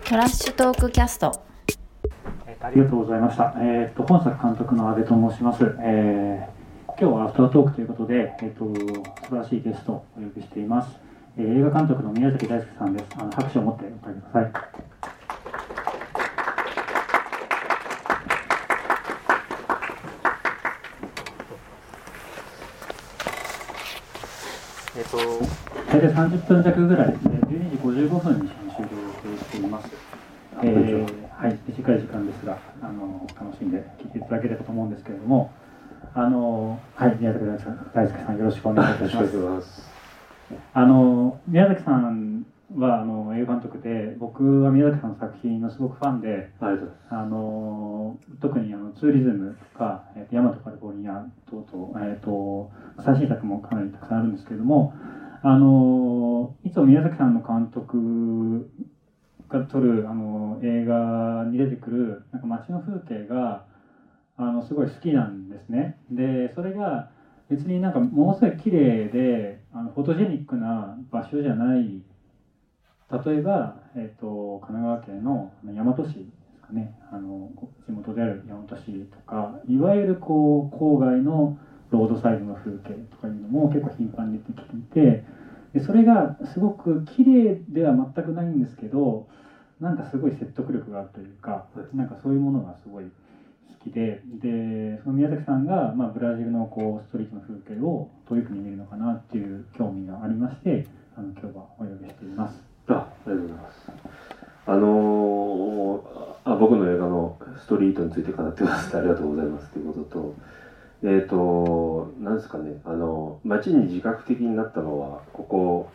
トラッシュトークキャスト。 ありがとうございました。本作監督の阿部と申します。今日はアフタートークということで、素晴らしいゲストをお呼びしています。映画監督の宮崎大輔さんです。拍手を持ってお迎えください。大体30分弱ぐらいですね、12時55分に終了しています。はい、短い時間ですが、楽しんで聞いていただければと思うんですけれども、はい、宮崎大輔さん、よろしくお願いいたします。宮崎さんは映画監督で、僕は宮崎さんの作品のすごくファンで、特にツーリズムとか、大和カリフォルニア等々、最新作もかなりたくさんあるんですけれども、いつも宮崎さんの監督が撮る映画に出てくるなんか街の風景がすごい好きなんですね。でそれが別になんかものすごい綺麗でフォトジェニックな場所じゃない、例えば、神奈川県の大和市ですかね、地元である大和市とか、いわゆるこう郊外のロードサイドの風景とかいうのも結構頻繁に出てきていて、でそれがすごく綺麗では全くないんですけど、なんかすごい説得力があるというか、なんかそういうものがすごい好きで、その宮崎さんが、ブラジルのこうストリートの風景をどういうふうに見るのかなっていう興味がありまして、今日はお呼びしています。 ありがとうございます。僕の映画のストリートについて語ってくださってありがとうございますということと、なんですかね、街に自覚的になったのはここ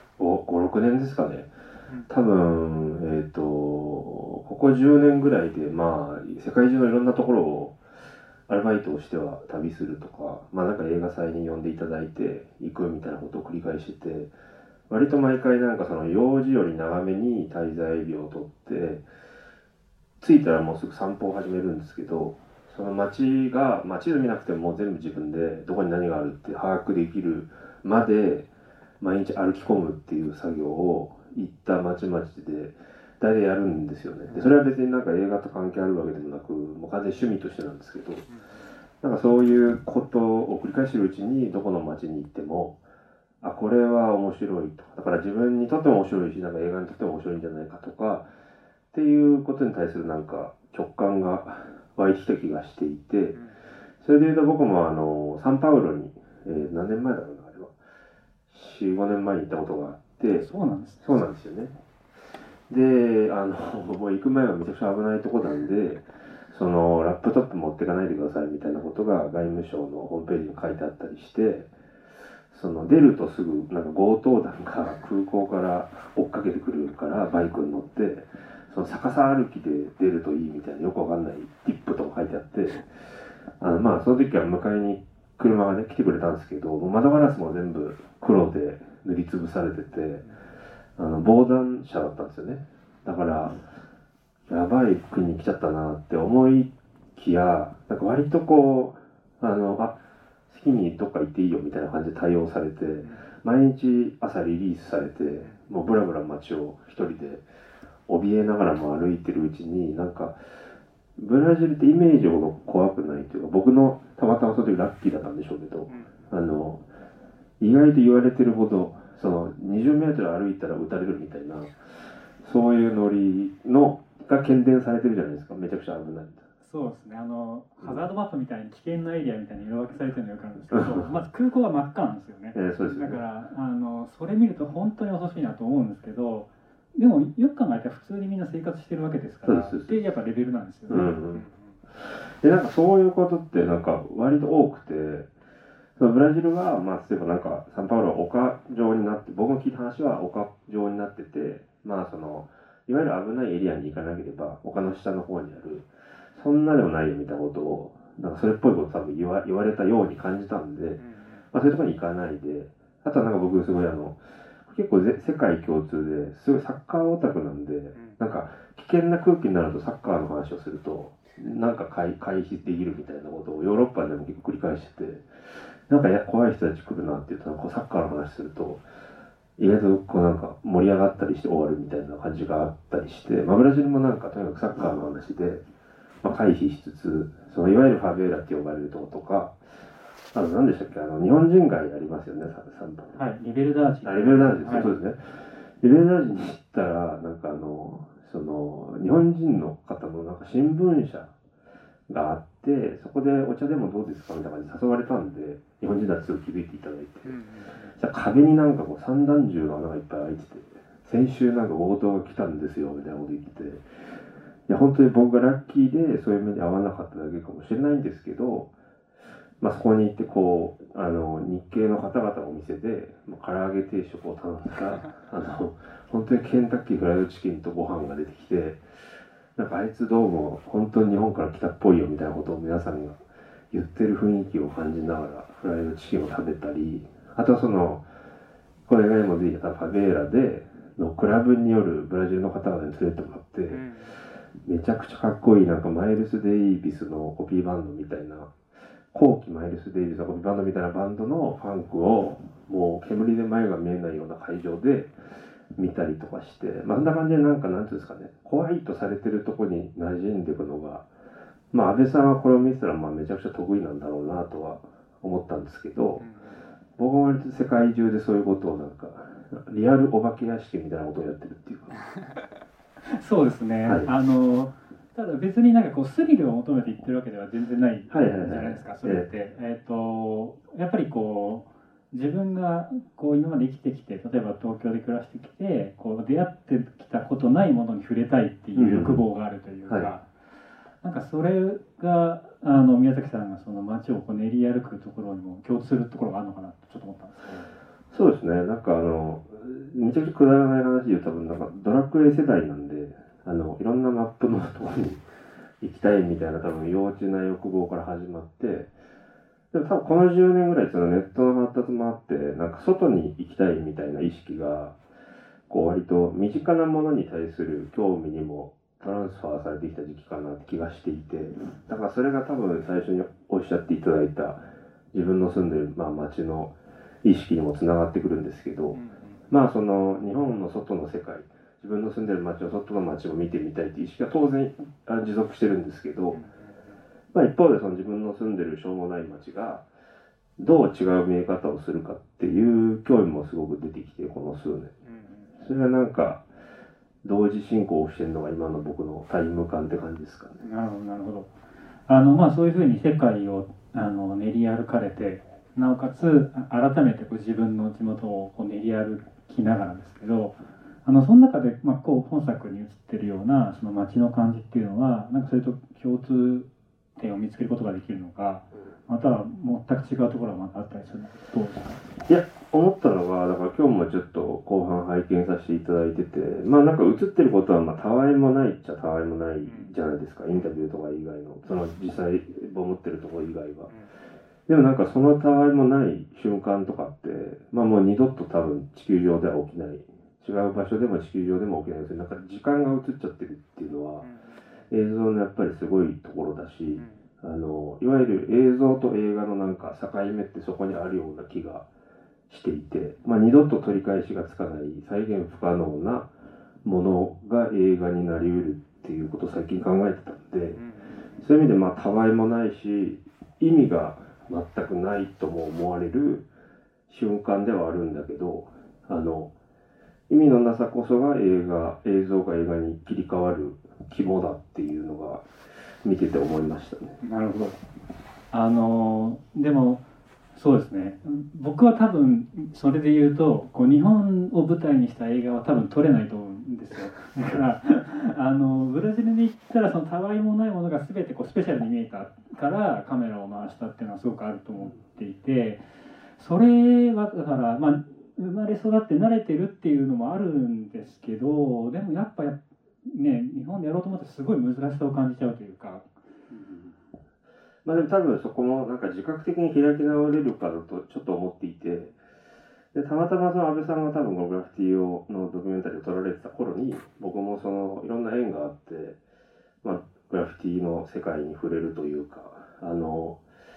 5、6年ですかね。多分、ここ10年ぐらいで、世界中のいろんなところをアルバイトをしては旅するとか、なんか映画祭に呼んでいただいて行くみたいなことを繰り返してて、割と毎回なんかその用事より長めに滞在日を取って、着いたらもうすぐ散歩を始めるんですけど、その街が、地図見なくても全部自分でどこに何があるって把握できるまで毎日歩き込むっていう作業を行った町々で大体やるんですよね。でそれは別になんか映画と関係あるわけでもなく、もう完全に趣味としてなんですけど、なんかそういうことを繰り返してるうちにどこの町に行っても、これは面白いとか、だから自分にとっても面白いし、なんか映画にとっても面白いんじゃないかとかっていうことに対するなんか直感が湧いてきた気がしていて、それでいうと僕もサンパウロに、何年前だろうな、あれは4、5年前に行ったことがあって。 そうなんです、 そうなんですよね。でもう行く前はめちゃくちゃ危ないとこなんで、そのラップトップ持っていかないでくださいみたいなことが外務省のホームページに書いてあったりして、その出るとすぐなんか強盗団が空港から追っかけてくるからバイクに乗って、その逆さ歩きで出るといいみたいなよくわかんないティップとか書いてあって、その時は迎えに車がね来てくれたんですけど、窓ガラスも全部黒で塗りつぶされてて、防弾車だったんですよね。だからやばい国に来ちゃったなって思いきや、なんか割とこう好きにどっか行っていいよみたいな感じで対応されて、毎日朝リリースされて、もうブラブラ街を一人で怯えながらも歩いてるうちに、なんかブラジルってイメージほど怖くないというか、僕のたまたまその時ラッキーだったんでしょうけど、意外と言われてるほどその20メートル歩いたら撃たれるみたいな、そういうノリのが喧伝されてるじゃないですか。めちゃくちゃ危ない。 そうですね、ハザードマップみたいに危険なエリアみたいに色分けされてるのよくあるんですけど、まず空港が真っ赤なんですよね。 そうですね。 だからそれ見ると本当に遅しいなと思うんですけど、でもよく考えたら普通にみんな生活してるわけですから、でやっぱレベルなんですよね。 でなんかそういうことってなんか割と多くて、そのブラジルは例えばなんかサンパウロは丘状になって、僕の聞いた話は丘状になってて、そのいわゆる危ないエリアに行かなければ丘の下の方にある、そんなでもないよみたいなことを、なんかそれっぽいこと多分言われたように感じたんで、そういうところに行かないで、あとはなんか僕すごい結構世界共通ですごいサッカーオタクなんで、なんか危険な空気になるとサッカーの話をするとなんか回避できるみたいなことをヨーロッパでも結構繰り返してて、なんか怖い人たち来るなって言うと、サッカーの話すると意外とこうなんか盛り上がったりして終わるみたいな感じがあったりして、まあ、ブラジルもなんかとにかくサッカーの話で、まあ、回避しつつ、そのいわゆるファベーラって呼ばれるところとか、あと何でしたっけ、日本人街ありますよね、3番。 はい、リベルダージ。 リベルダージです、 はい、 そうですね。リベルダージに行ったら、なんかその日本人の方のなんか新聞社があって、そこでお茶でもどうですかみたいな感じで誘われたんで、日本人だってすぐ気づいていただいて、じゃあ壁になんかこう散弾銃が穴がいっぱい開いてて、先週なんか強盗が来たんですよみたいなこと言ってて、いや本当に僕がラッキーでそういう目に遭わなかっただけかもしれないんですけど、まあ、そこに行ってこう日系の方々のお店で唐揚げ定食を頼んだら本当にケンタッキーフライドチキンとご飯が出てきて、なんかあいつどうも本当に日本から来たっぽいよみたいなことを皆さんが言ってる雰囲気を感じながらフライドチキンを食べたり、あとはそのこれが今出てきたファベーラでのクラブによるブラジルの方々に連れてってもらって、めちゃくちゃかっこいいなんかマイルス・デイビスのコピーバンドみたいな、後期マイルス・デイビスのコピーバンドみたいなバンドのファンクをもう煙で前が見えないような会場で見たりとかして、まあ、そんな感じでなんかなんていうんですかね、怖いとされてるとこに馴染んでいくのが、まあ安倍さんはこれを見てたらまあめちゃくちゃ得意なんだろうなとは思ったんですけど、僕は割と世界中でそういうことをなんかリアルお化け屋敷みたいなことをやってるっていうかそうですね、はい、ただ別になんかこうスリルを求めていってるわけでは全然ないじゃないですか、それって、やっぱりこう自分がこう今まで生きてきて、例えば東京で暮らしてきてこう出会ってきたことないものに触れたいっていう欲望があるというか、はい、なんかそれが宮崎さんがその街をこう練り歩くところにも共通するところがあるのかなとちょっと思ったんですけど。そうですね、なんかめちゃくちゃくだらない話で多分なんかドラクエ世代なんで、いろんなマップのところに行きたいみたいな多分幼稚な欲望から始まって、でも多分この10年ぐらいそのネットの発達もあって、なんか外に行きたいみたいな意識がこう割と身近なものに対する興味にもトランスファーされてきた時期かなって気がしていて、だからそれが多分最初におっしゃっていただいた自分の住んでる街の意識にもつながってくるんですけど、まあその日本の外の世界、自分の住んでる街の外の街を見てみたいという意識は当然持続してるんですけど、まあ、一方でその自分の住んでるしょうもない街がどう違う見え方をするかっていう興味もすごく出てきて、この数年それがなんか同時進行してるのが今の僕のタイム感って感じですかね。 なるほどなるほど。まあそういうふうに世界を練り歩かれて、なおかつ改めてこう自分の地元をこう練り歩きながらですけど、その中で、まあ、こう本作に映ってるようなその街の感じっていうのはなんかそれと共通点を見つけることができるのか、または全く違うところがまたあったりするのか、どうですか？ いや、思ったのが、だから今日もちょっと後半拝見させていただいてて、まあなんか映ってることはまあたわいもないっちゃたわいもないじゃないですか、インタビューとか以外の、その実際思ってるところ以外は。でもなんかそのたわいもない瞬間とかって、まあもう二度と多分地球上では起きない、違う場所でも地球上でも起きないですけど、なんか時間が映っちゃってるっていうのは、映像のやっぱりすごいところだし、いわゆる映像と映画のなんか境目ってそこにあるような気がしていて、まあ、二度と取り返しがつかない再現不可能なものが映画になりうるっていうことを最近考えてたんで、そういう意味でまあたわいもないし意味が全くないとも思われる瞬間ではあるんだけど、意味のなさこそが映像が映画に切り替わる肝だっていうのが見てて思いましたね。 なるほど。でもそうですね、僕は多分それで言うとこう日本を舞台にした映画は多分撮れないと思うんですよ。だからブラジルに行ったらそのたわいもないものが全てこうスペシャルに見えたからカメラを回したっていうのはすごくあると思っていて、それはだからまあ生まれ育って慣れてるっていうのもあるんですけど、でもやっぱね日本でやろうと思ってすごい難しさを感じちゃうというか。 まあでも多分そこもなんか自覚的に開き直れるかだとちょっと思っていて、でたまたまその安倍さんが多分このグラフィティのドキュメンタリーを撮られてた頃に僕もそのいろんな縁があって、まあ、グラフィティの世界に触れるというか、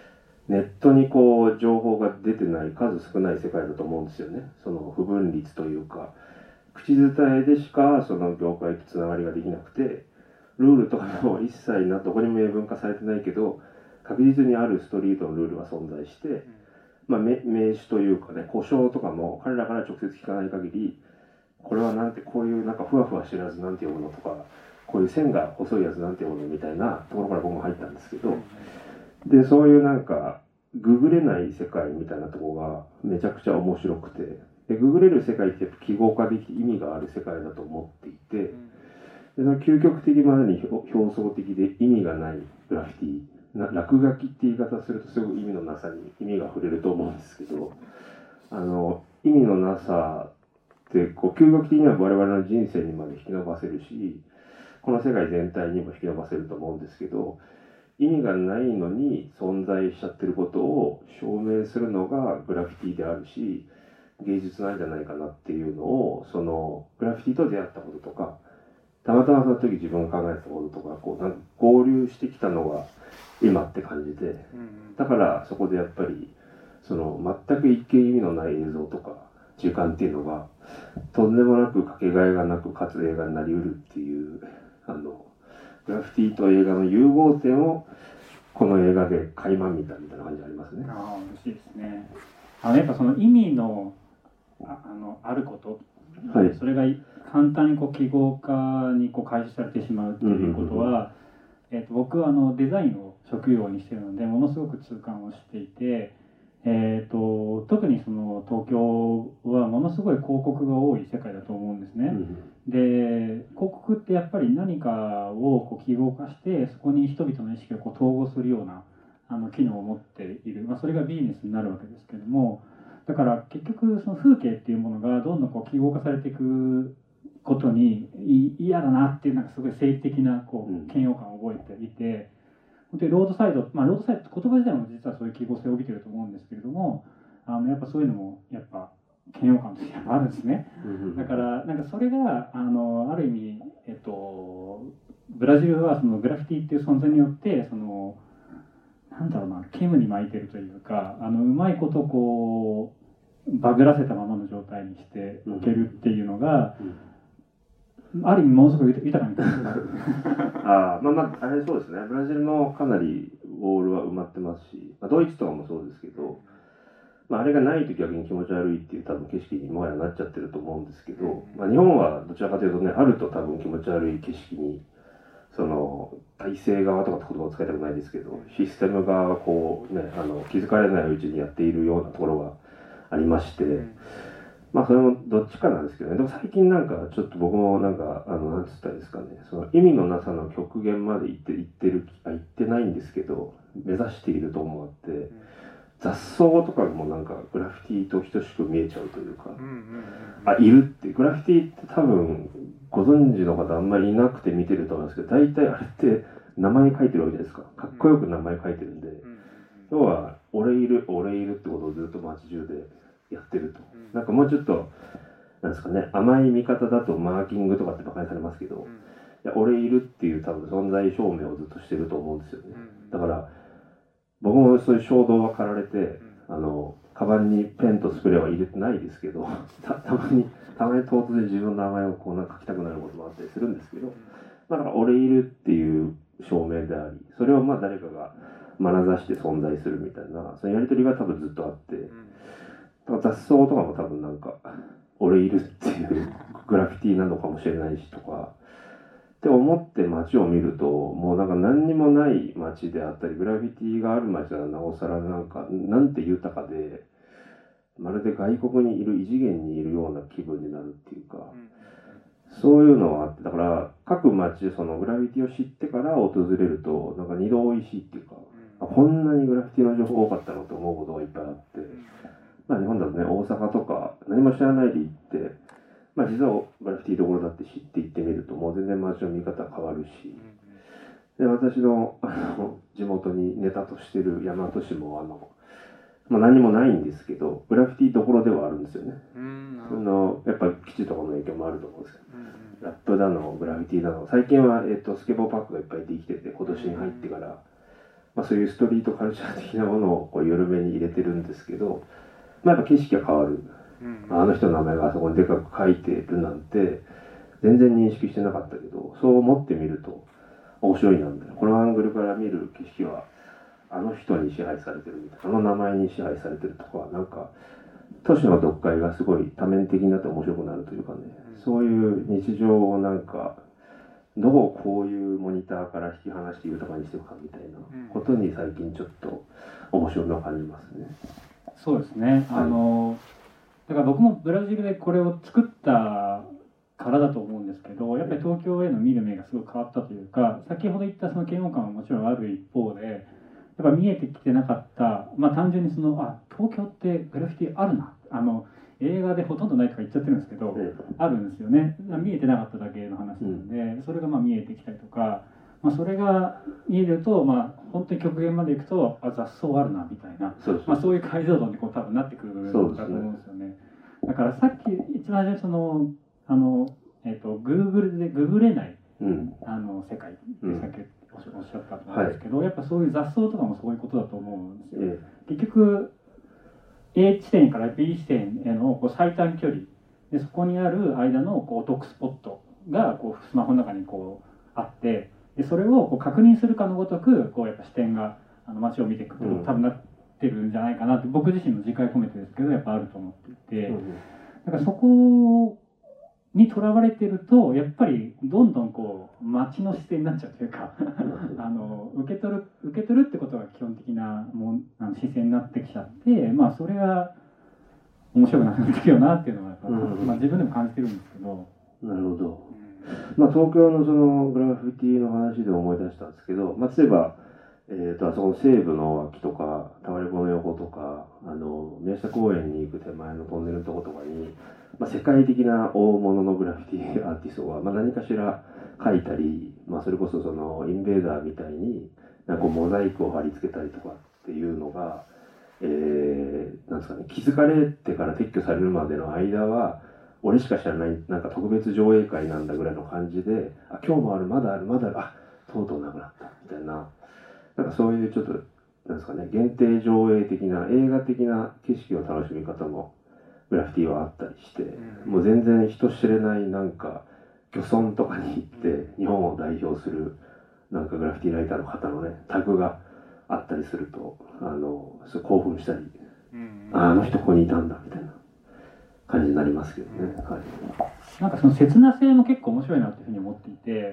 ネットにこう情報が出てない数少ない世界だと思うんですよね。その不分率というか、口伝えでしかその業界とつながりができなくて、ルールとかも一切どこにも明文化されてないけど、確実にあるストリートのルールは存在して、名刺というかね、故障とかも彼らから直接聞かない限り、これはなんて、こういうなんかふわふわ知らずなんて読むのとか、こういう線が細いやつなんて読むのみたいなところから僕も入ったんですけど、でそういうなんかググれない世界みたいなところがめちゃくちゃ面白くて、でググれる世界ってやっぱ記号化できて意味がある世界だと思っていて、でその究極的までに表層的で意味がないグラフィティ、落書きって言い方するとすごく意味のなさに意味が触れると思うんですけど、意味のなさってこう究極的には我々の人生にまで引き伸ばせるし、この世界全体にも引き伸ばせると思うんですけど、意味がないのに存在しちゃってることを証明するのがグラフィティであるし、芸術なんじゃないかなっていうのを、そのグラフィティと出会ったこととか、たまたまその時自分が考えてたこととか、こうなんか合流してきたのが今って感じで、だからそこでやっぱりその全く一見意味のない映像とか時間っていうのがとんでもなくかけがえがなくかつ映画になりうるっていう、グラフィティと映画の融合点をこの映画で垣間見たみたいな感じがありますね。 ああ、嬉しいですね。やっぱその意味のあること、はい、それが簡単にこう記号化にこう開始されてしまうということは、僕はデザインを職業にしているのでものすごく痛感をしていて、特にその東京はものすごい広告が多い世界だと思うんですね。で広告ってやっぱり何かをこう記号化してそこに人々の意識をこう統合するような機能を持っている、それがビジネスになるわけですけども、だから結局その風景っていうものがどんどんこう記号化されていくことに嫌だなっていうなんかすごい政治的なこう嫌悪感を覚えていて、本当にロードサイド、ロードサイドって言葉自体も実はそういう記号性を帯びてると思うんですけれども、やっぱそういうのもやっぱ嫌悪感としてあるんですね。だからなんかそれがある意味、ブラジルはそのグラフィティっていう存在によってそのなんだろうな、煙に巻いてるというか、うまいことこうバグらせたままの状態にしておけるっていうのが、ある意味ものすごく豊かに感じられる。 あれそうですね。ブラジルもかなりウォールは埋まってますし、ドイツとかもそうですけど、あれがないと逆に気持ち悪いっていう多分景色にもはやなっちゃってると思うんですけど、日本はどちらかというとね、あると多分気持ち悪い景色に、その体制側とかって言葉を使いたくないですけど、システム側がこうね、気づかれないうちにやっているようなところがありまして、それもどっちかなんですけどね。でも最近なんかちょっと僕もなんかなんつったらいいですかね、その意味のなさの極限まで行ってないんですけど、目指していると思って、雑草とかもなんかグラフィティと等しく見えちゃうというか、いるってグラフィティって多分ご存知の方あんまりいなくて見てると思うんですけど、大体あれって名前書いてるわけじゃないですか。かっこよく名前書いてるんで、要は俺いるってことをずっと街中でやってると、なんかもうちょっとなんですかね、甘い見方だとマーキングとかって馬鹿にされますけど、いや俺いるっていう多分存在証明をずっとしてると思うんですよね。だから僕もそういう衝動は駆られて、カバンにペンとスプレーは入れてないですけど、たまに唐突で自分の名前をこうなんか書きたくなることもあったりするんですけど、だから俺いるっていう証明であり、それを誰かが眼差して存在するみたいな、そのやり取りが多分ずっとあって、だから雑草とかも多分なんか俺いるっていうグラフィティなのかもしれないしとかって思って街を見ると、もうなんか何にもない街であったりグラフィティがある街はなおさらなんて豊かで、まるで外国にいる異次元にいるような気分になるっていうか、そういうのはあって、だから各街そのグラフィティを知ってから訪れるとなんか二度美味しいっていうか、こんなにグラフィティの情報多かったのと思うことがいっぱいあって、日本だとね、大阪とか何も知らないで行って、実はグラフィティどころだって知って行ってみるともう全然街の見方変わるし、で私の地元にネタとしてる大和市も何もないんですけどグラフィティどころではあるんですよね。やっぱ基地とかの影響もあると思うんですけど、ラップだのグラフィティだの、最近は、スケボーパークがいっぱいできてて、今年に入ってからそういうストリートカルチャー的なものをこう緩めに入れてるんですけど、やっぱ景色が変わる、あの人の名前があそこにでかく書いてるなんて全然認識してなかったけど、そう思ってみると面白いなみたいな。このアングルから見る景色はあの人に支配されてるみたいな、あの名前に支配されてるとか、なんか都市の読解がすごい多面的になって面白くなるというかね、そういう日常をなんかどうこういうモニターから引き離して豊かにしていくかみたいなことに最近ちょっと面白みを感じますね。 そうですね。だから僕もブラジルでこれを作ったからだと思うんですけど、やっぱり東京への見る目がすごい変わったというか、先ほど言ったその嫌悪感はもちろんある一方で、やっぱ見えてきてなかった、単純にその東京ってグラフィティあるな、映画でほとんどないとか言っちゃってるんですけど、あるんですよね。見えてなかっただけの話なんで、それが見えてきたりとか、それが見えると、本当に極限までいくと雑草あるなみたいな、そういう解像度に多分なってくるんだと思うんですよね。だからさっき一番最初のGoogle でググれない、世界ってさっきおっしゃったと思うんですけど、やっぱそういう雑草とかもそういうことだと思うんですよ。結局 A 地点から B 地点への最短距離で、そこにある間のお得スポットがスマホの中にあって、でそれを確認するかのごとくやっぱ視点が街を見ていくってこと多分なってるんじゃないかなって、僕自身の自戒込めてですけどやっぱあると思っていて、だからそこにとらわれてるとやっぱりどんどん街の視点になっちゃうというか受け取るってことが基本的な視線になってきちゃって、それが面白くなくなってくるよなっていうのはやっぱ、自分でも感じてるんですけど。 なるほど。東京のそのグラフィティの話で思い出したんですけど、例えば、あそこの西部の脇とかタワレコの横とか宮下公園に行く手前のトンネルのとことかに、世界的な大物のグラフィティアーティストが、何かしら描いたり、それこそそのインベーダーみたいにモザイクを貼り付けたりとかっていうのが、なんですかね、気づかれてから撤去されるまでの間は俺しか知らない特別上映会なんだぐらいの感じで、今日もある、まだある、まだある、とうとうなくなったみたいな、そういうちょっとなんですかね、限定上映的な映画的な景色の楽しみ方もグラフィティはあったりして、もう全然人知れない漁村とかに行って日本を代表するグラフィティライターの方のねタグがあったりするとすごい興奮したり、あの人ここにいたんだみたいな感じになりますけどね。 その切な性も結構面白いなっていうふうに思っていて、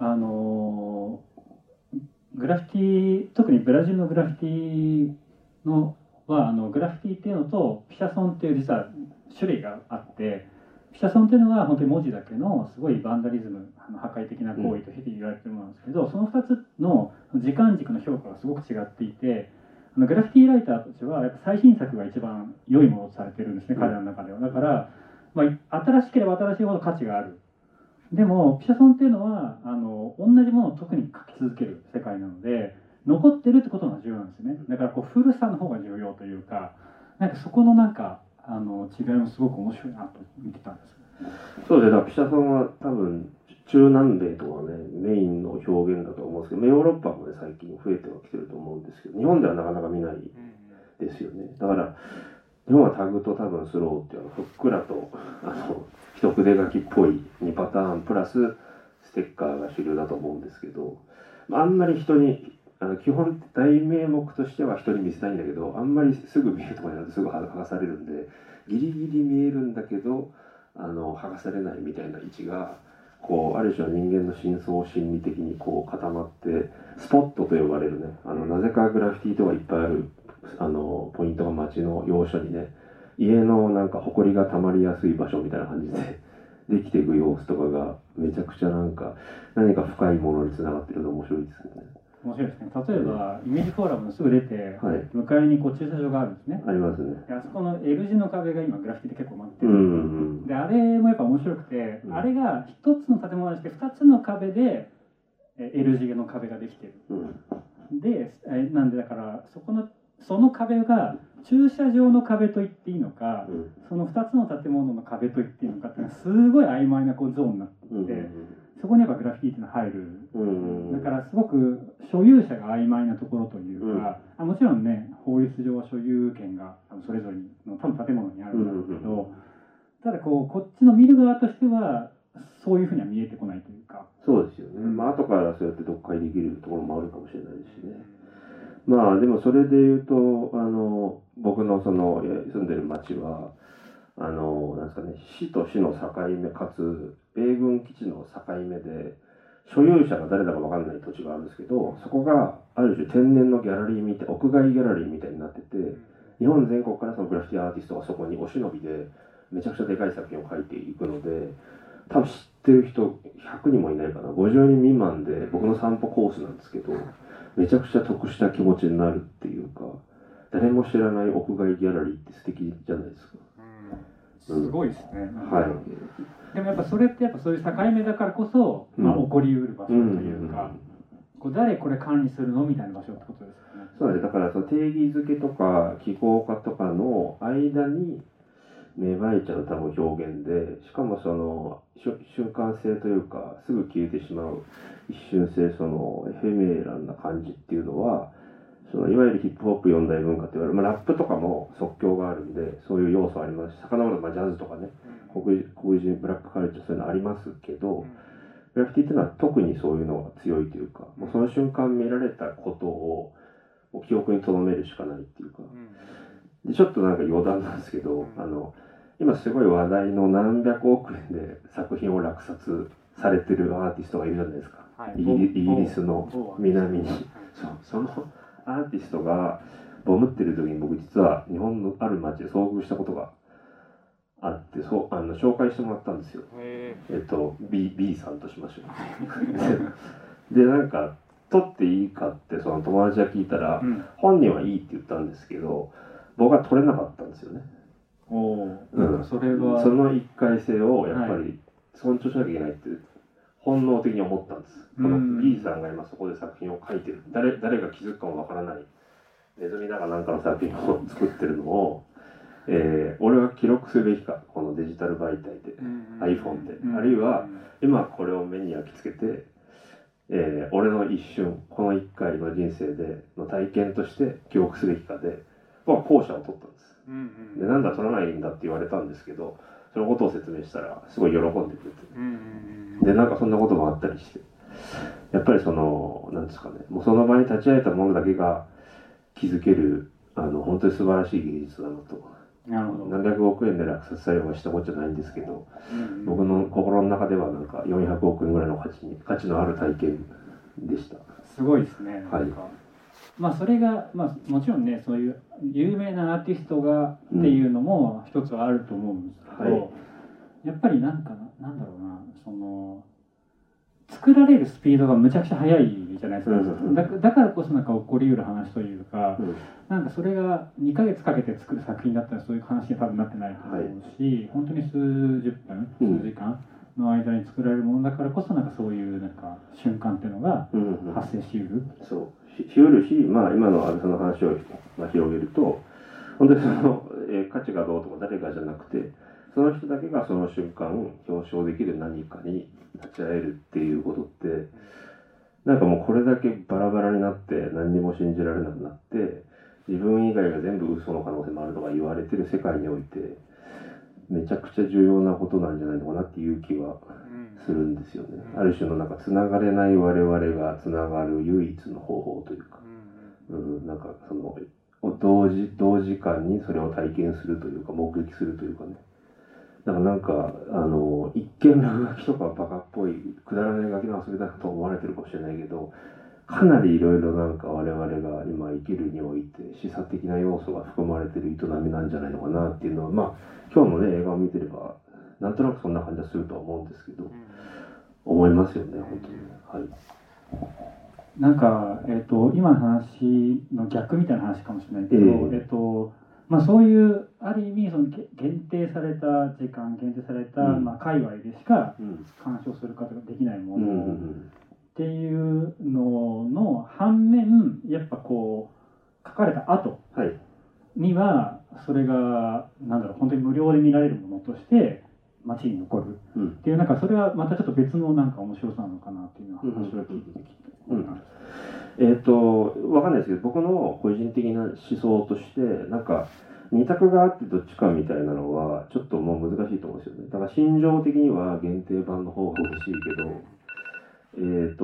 グラフィティ、特にブラジルのグラフィティのはグラフィティっていうのとピシャソンっていう実は種類があって、ピシャソンっていうのは本当に文字だけのすごいバンダリズム、破壊的な行為として言われてるものなんですけど、その2つの時間軸の評価がすごく違っていて、グラフィティライターたちはやっぱ最新作が一番良いものとされてるんですね、彼らの中では。だから、新しければ新しいほど価値がある。でもピシャソンっていうのは同じものを特に書き続ける世界なので、残ってるってことが重要なんですよね。だから古さの方が重要というか、そこの違いもすごく面白いなと見てたんです。 そうですね。ピシャソンは多分中南米とかねメインの表現だと思うんですけど、ヨーロッパもね最近増えてはきてると思うんですけど、日本ではなかなか見ないですよね。だから日本はタグと多分スローっていうふっくらと一筆書きっぽい2パターンプラスステッカーが主流だと思うんですけど、あんまり人に基本大名目としては人に見せたいんだけど、あんまりすぐ見えるところになるとすぐ剥がされるんで、ギリギリ見えるんだけど剥がされないみたいな位置がある種の人間の深層心理的に固まって、スポットと呼ばれるねなぜかグラフィティとかいっぱいあるポイントが街の要所にね、家の埃が溜まりやすい場所みたいな感じでできていく様子とかがめちゃくちゃ何か深いものにつながってるの面白いですよね。 面白いですね。例えば、イメージフォーラムのすぐ出て、向かいに駐車場があるんですね。 ありますね。 あそこの L 字の壁が今グラフィティで結構回ってる。で、あれもやっぱ面白くて、あれが一つの建物にして二つの壁で L 字の壁ができてる。で、なんでだからその壁が駐車場の壁と言っていいのか、その2つの建物の壁と言っていいのかっていうのはすごい曖昧なゾーンになっていて、 そこにやっぱグラフィティっていうのは入る。 うん。 だからすごく所有者が曖昧なところというか、もちろんね、法律上は所有権がそれぞれの多分建物にあるんだろうけど、ただこっちの見る側としてはそういうふうには見えてこないというか。 そうですよね。まあ後からそうやって読解できるところもあるかもしれないですしね。まあでもそれで言うと、僕のその住んでる町は、なんですかね、市と市の境目かつ米軍基地の境目で、所有者が誰だか分かんない土地があるんですけど、そこがある種天然のギャラリーみたい、屋外ギャラリーみたいになってて、日本全国からそのグラフィティアーティストがそこにお忍びでめちゃくちゃでかい作品を描いていくので、多分知ってる人100人もいないかな、50人未満で僕の散歩コースなんですけど、めちゃくちゃ得した気持ちになるっていうか、誰も知らない屋外ギャラリーって素敵じゃないですか。 すごいですね。 はい。 でもやっぱそれってやっぱそういう境目だからこそ、起こりうる場所というか、誰これ管理するのみたいな場所ってことですよね。 そうです。だからその定義づけとか記号化とかの間に芽生えちゃう多分表現で、しかもその瞬間性というかすぐ消えてしまう一瞬性、そのエフェメーランな感じっていうのは、そのいわゆるヒップホップ四大文化って言われる、ラップとかも即興があるんでそういう要素ありますし、遡るとジャズとかね、黒人ブラックカルチャーそういうのありますけど、グラフィティっていうのは特にそういうのが強いというか、もうその瞬間見られたことを記憶に留めるしかないっていうか、でちょっとなんか余談なんですけど、今すごい話題の何百億円で作品を落札されてるアーティストがいるじゃないですか、イギリスの南に。そのアーティストがボムってる時に僕実は日本のある町で遭遇したことがあって、紹介してもらったんですよ。B さんとしましょう。でなんか撮っていいかってその友達が聞いたら、本人はいいって言ったんですけど、僕は撮れなかったんですよね。 それはその一回性をやっぱり尊重しなきゃいけないって本能的に思ったんです。この B さんが今そこで作品を描いてる、誰が気づくかもわからないネズミだかなんかの作品を作ってるのを、俺は記録すべきか、このデジタル媒体で、iPhone で、あるいは今これを目に焼き付けて、俺の一瞬、この一回の人生での体験として記憶すべきかで、僕は後者を取ったんです。で、なんだ取らないんだって言われたんですけど、そのことを説明したらすごい喜んでくれて、でなんかそんなこともあったりして、やっぱりそのなんですかね、もうその場に立ち会えたものだけが気づける本当に素晴らしい芸術だなと。何百億円で落札されはしたことじゃないんですけど、僕の心の中ではなんか400億円ぐらいの価値のある体験でした。 すごいですね。 はい。 まあそれが、もちろんね、そういう有名なアーティストがっていうのも一つはあると思うんですけど、やっぱりなんだろうな、その作られるスピードがむちゃくちゃ速いじゃないですか。だからこそなんか起こりうる話というか、なんかそれが2ヶ月かけて作る作品だったらそういう話には多分なってないと思うし、本当に数十分、数時間の間に作られるものだからこそ、なんかそういうなんか瞬間っていうのが発生しうる。 しうるし、今の安倍さんの話を広げると、本当にその、価値がどうとか誰かじゃなくて、その人だけがその瞬間表彰できる何かに立ち会えるっていうことって、なんかもうこれだけバラバラになって何にも信じられなくなって、自分以外が全部嘘の可能性もあるとか言われてる世界において、めちゃくちゃ重要なことなんじゃないのかなっていう気はするんですよね。ある種のなんかつながれない我々がつながる唯一の方法というか、なんかその同時間にそれを体験するというか目撃するというかね。だからなんか一見落書きとかバカっぽいくだらないガキの遊びだと思われてるかもしれないけど、かなりいろいろなんか我々が今生きるにおいて示唆的な要素が含まれてる営みなんじゃないのかなっていうのは、今日のね映画を見てればなんとなくそんな感じはするとは思うんですけど、思いますよね本当に。はい。 なんか今の話の逆みたいな話かもしれないけど、そういうある意味その限定された時間、限定された界隈でしか鑑賞することができないものっていうのの反面、やっぱこう書かれた後にはそれが本当に無料で見られるものとして街に残るうんっていう、なんかそれはまたちょっと別のなんか面白さなのかなっていうのは話を聞いててきて、 わかんないですけど、僕の個人的な思想として、なんか、二択があってどっちかみたいなのは、ちょっともう難しいと思うんですよね。だから心情的には限定版の方が欲しいけど、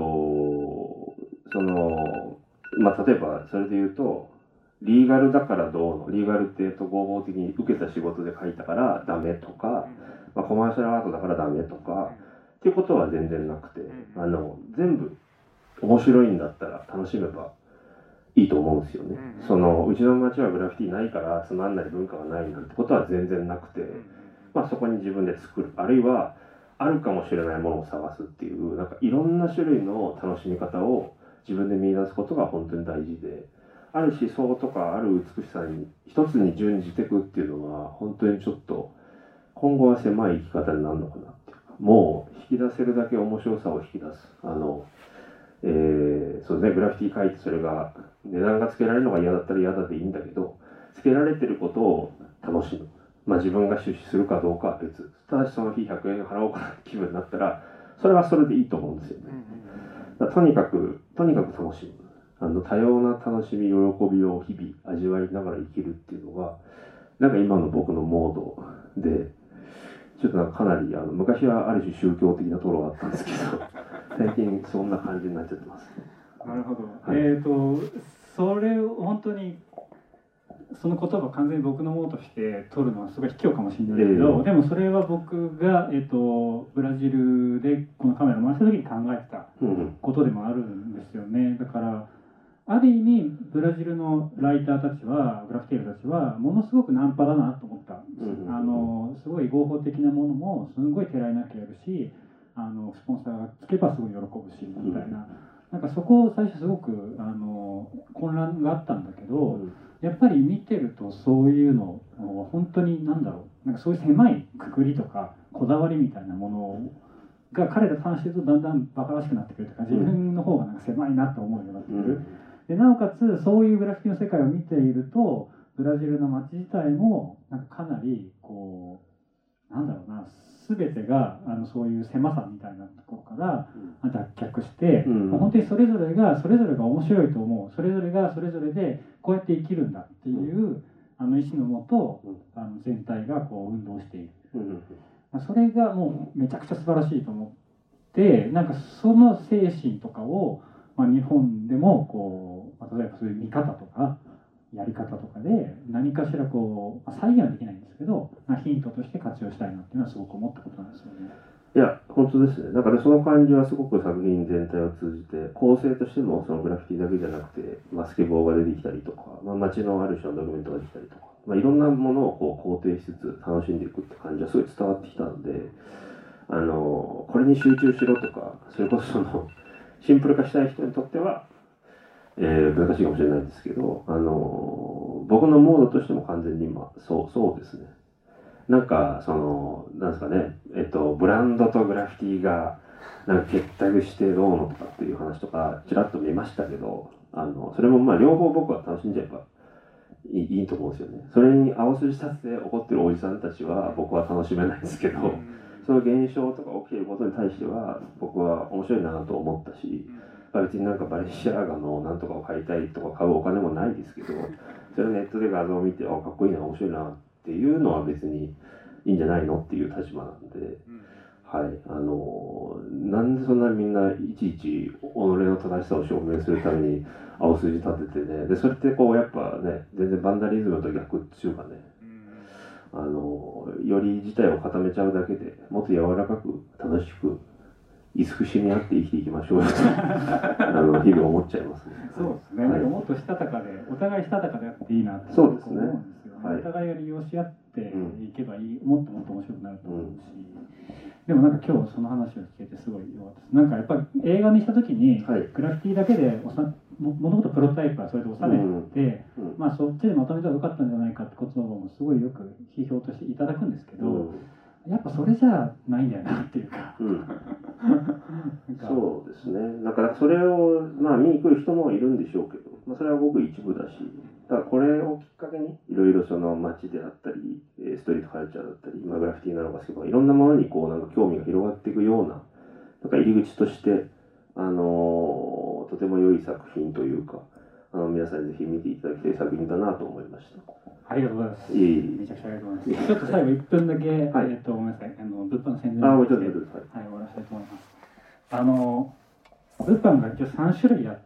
例えばそれで言うと、リーガルだからどうの、リーガルって合法的に受けた仕事で書いたからダメとか、コマーシャルアートだからダメとか、っていうことは全然なくて、全部面白いんだったら楽しめばいいと思うんですよね。うちの町はグラフィティないからつまんない文化がないなんてことは全然なくて、そこに自分で作る、あるいはあるかもしれないものを探すっていう、なんかいろんな種類の楽しみ方を自分で見出すことが本当に大事で、ある思想とかある美しさに一つに準じていくっていうのは本当にちょっと今後は狭い生き方になるのかなっていうか、もう引き出せるだけ面白さを引き出す。そうですね、グラフィティ書いてそれが値段がつけられるのが嫌だったら嫌だでいいんだけど、つけられてることを楽しむ。自分が出資するかどうかは別。ただしその日100円払おうかなって気分になったら、それはそれでいいと思うんですよね。とにかく楽しむ。多様な楽しみ、喜びを日々味わいながら生きるっていうのが、なんか今の僕のモードで、ちょっとなんかかなり昔はある種宗教的なところがあったんですけど、最近そんな感じになっちゃってます。 なるほど。 はい、 それを本当にその言葉を完全に僕のものとして取るのはすごい卑怯かもしれないけど、でもそれは僕が、ブラジルでこのカメラを回した時に考えてたことでもあるんですよね。だからある意味ブラジルのライターたちは、グラフィティーたちはものすごくナンパだなと思ったんです。すごい合法的なものもすごいてらいなきゃやるし、スポンサーがつけばすごい喜ぶしみたいな、なんかそこを最初すごく混乱があったんだけど、やっぱり見てるとそういうのを本当になんかそういう狭いくくりとかこだわりみたいなものが彼らと話してるとだんだんバカらしくなってくるとか、自分の方がなんか狭いなと思うようになってくる。でなおかつそういうグラフィティの世界を見ていると、ブラジルの街自体もなんかかなりこう全てがそういう狭さみたいなところから脱却して、本当にそれぞれが面白いと思う、それぞれがそれぞれでこうやって生きるんだっていう意思のもと全体がこう運動している。それがもうめちゃくちゃ素晴らしいと思って、なんかその精神とかを日本でもこう例えばそういう見方とかやり方とかで何かしらこう再現はできないんですけど、ヒントとして活用したいなっていうのはすごく思ったことなんですよね。 いや本当ですね。なんかね、その感じはすごく作品全体を通じて、構成としてもそのグラフィティだけじゃなくてスケボーが出てきたりとか、街のある種のドキュメントができたりとか、いろんなものをこう肯定しつつ楽しんでいくって感じはすごい伝わってきたので、これに集中しろとか、それこそシンプル化したい人にとっては、難しいかもしれないですけど、僕のモードとしても完全に今そうですね。なんかなんですかね、ブランドとグラフィティがなんか結託してどうのとかっていう話とかちらっと見ましたけど、それも両方僕は楽しんじゃえばいいと思うんですよね。それに青筋立てて怒ってるおじさんたちは僕は楽しめないんですけど、その現象とか起きていることに対しては僕は面白いなと思ったし、別になんかバレンシアガのなんとかを買いたいとか買うお金もないですけど、それをネットで画像を見てかっこいいな面白いなっていうのは別にいいんじゃないのっていう立場なんで、はい、なんでそんなにみんないちいち己の正しさを証明するために青筋立ててね、でそれってこうやっぱね全然バンダリズムと逆っていうかね、より事態を固めちゃうだけでもっと柔らかく楽しく慈しみ合って生きていきましょうよと日々思っちゃいますね。 そうですね、はい、もっとしたたかでお互いしたたかであっていいなってそうですね、 思うんですよね、はい、お互いが利用し合っていけばいい、もっともっと面白くなると思うし、でもなんか今日その話を聞けてすごい良かったです。なんかやっぱり映画にした時に、はい、グラフィティだけでもともとプロタイプはそれで収めて、そっちでまとめたらよかったんじゃないかってこともすごいよく批評としていただくんですけど、 やっぱそれじゃないんだよなっていうか、 うん、 なんかそうですね。だからそれを、まあ、見に来る人もいるんでしょうけど、まあ、それはごく一部だし、だからこれをきっかけにいろいろその街であったりストリートカルチャーだったり、まあ、グラフィティなのかスケボーいろんなものにこうなんか興味が広がっていくような、なんか入り口として、とても良い作品というか、皆さんにぜひ見ていただきたい作品だなと思いました。 ありがとうございます。 いえいえ、 めちゃくちゃありがとうございます。ちょっと最後1分だけ、 はい、 ごめんなさい、物販の宣伝もをして、 うちょっとはい、終わらせたいと思います。物販が一応3種類あって、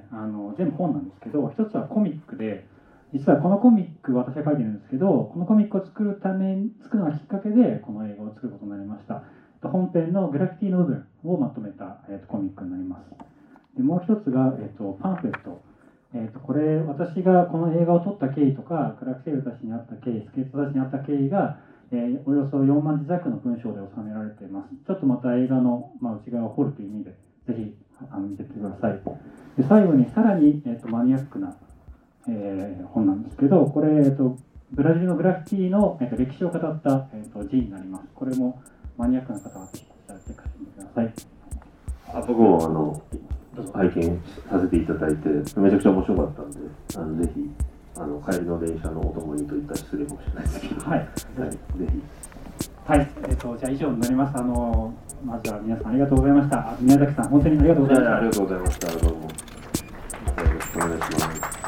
全部本なんですけど、一つはコミックで、実はこのコミック私が書いてるんですけど、このコミックを作るのがきっかけでこの映画を作ることになりました。本編のグラフィティの部分をまとめた、コミックになります。でもう一つが、パンフレット。これ私がこの映画を撮った経緯とか、クラークセールたちにあった経緯、スケートたちにあった経緯が、およそ4万字弱の文章で収められています。ちょっとまた映画の、内側を掘るという意味で、ぜひ見てみてください。で最後にさらに、マニアックな、本なんですけど、これ、ブラジルのグラフィティの、歴史を語った、字になります。これもマニアックな方はぜひこちらチェックしてみてください。 僕も拝見させていただいて、めちゃくちゃ面白かったんで、ぜひ帰りの電車のお供にといったら失礼かもしれないですけど、 はい、 はい、ぜひ。 はい、じゃあ以上になります。まずは皆さんありがとうございました。宮崎さん、本当にありがとうございました。 ありがとうございました。どうも。よろしくお願いします。